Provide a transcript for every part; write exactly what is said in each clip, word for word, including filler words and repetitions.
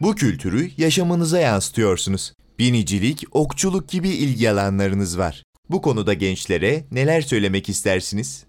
Bu kültürü yaşamınıza yansıtıyorsunuz. Binicilik, okçuluk gibi ilgi alanlarınız var. Bu konuda gençlere neler söylemek istersiniz?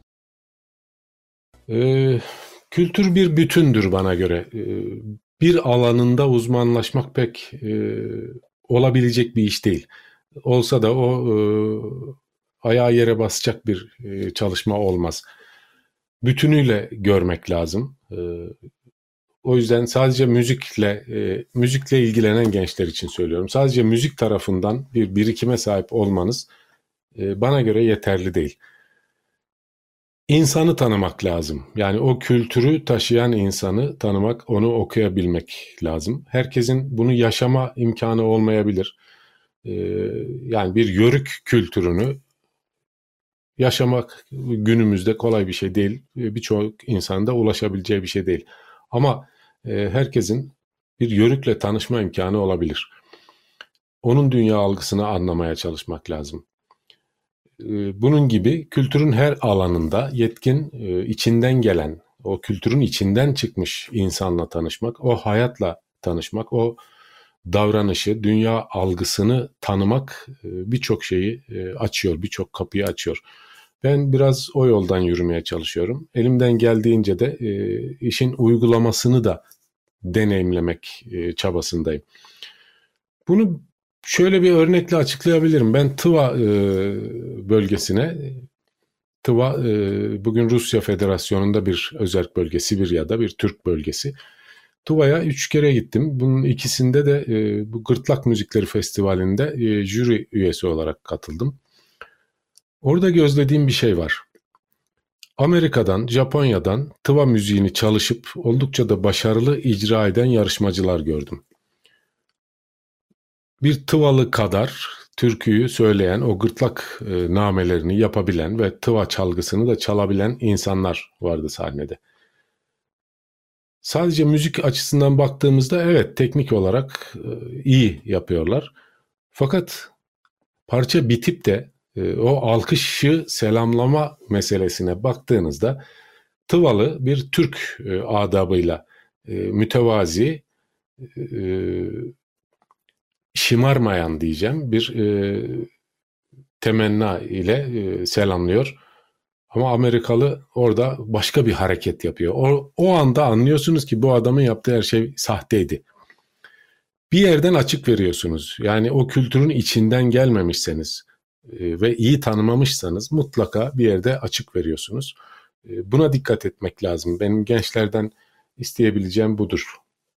Ee, kültür bir bütündür bana göre. Ee, bir alanında uzmanlaşmak pek e, olabilecek bir iş değil. Olsa da o e, ayağı yere basacak bir e, çalışma olmaz. Bütünüyle görmek lazım. E, o yüzden sadece müzikle e, müzikle ilgilenen gençler için söylüyorum. Sadece müzik tarafından bir birikime sahip olmanız e, bana göre yeterli değil. İnsanı tanımak lazım. Yani o kültürü taşıyan insanı tanımak, onu okuyabilmek lazım. Herkesin bunu yaşama imkanı olmayabilir. Ee, yani bir yörük kültürünü yaşamak günümüzde kolay bir şey değil. Birçok insanda ulaşabileceği bir şey değil. Ama e, herkesin bir yörükle tanışma imkanı olabilir. Onun dünya algısını anlamaya çalışmak lazım. Bunun gibi kültürün her alanında yetkin, içinden gelen, o kültürün içinden çıkmış insanla tanışmak, o hayatla tanışmak, o davranışı, dünya algısını tanımak birçok şeyi açıyor, birçok kapıyı açıyor. Ben biraz o yoldan yürümeye çalışıyorum. Elimden geldiğince de işin uygulamasını da deneyimlemek çabasındayım. Bunu şöyle bir örnekle açıklayabilirim. Ben Tıva e, bölgesine, Tıva e, bugün Rusya Federasyonu'nda bir özerk bölge, Sibirya'da bir Türk bölgesi. Tuva'ya üç kere gittim. Bunun ikisinde de e, bu Gırtlak Müzikleri Festivali'nde e, jüri üyesi olarak katıldım. Orada gözlediğim bir şey var. Amerika'dan, Japonya'dan Tıva müziğini çalışıp oldukça da başarılı icra eden yarışmacılar gördüm. Bir tıvalı kadar türküyü söyleyen, o gırtlak e, namelerini yapabilen ve tıva çalgısını da çalabilen insanlar vardı sahnede. Sadece müzik açısından baktığımızda evet teknik olarak e, iyi yapıyorlar. Fakat parça bitip de e, o alkışı selamlama meselesine baktığınızda tıvalı bir Türk e, adabıyla e, mütevazi, e, şımarmayan diyeceğim bir e, temenna ile e, selamlıyor. Ama Amerikalı orada başka bir hareket yapıyor. O, o anda anlıyorsunuz ki bu adamın yaptığı her şey sahteydi. Bir yerden açık veriyorsunuz. Yani o kültürün içinden gelmemişseniz e, ve iyi tanımamışsanız mutlaka bir yerde açık veriyorsunuz. E, buna dikkat etmek lazım. Benim gençlerden isteyebileceğim budur.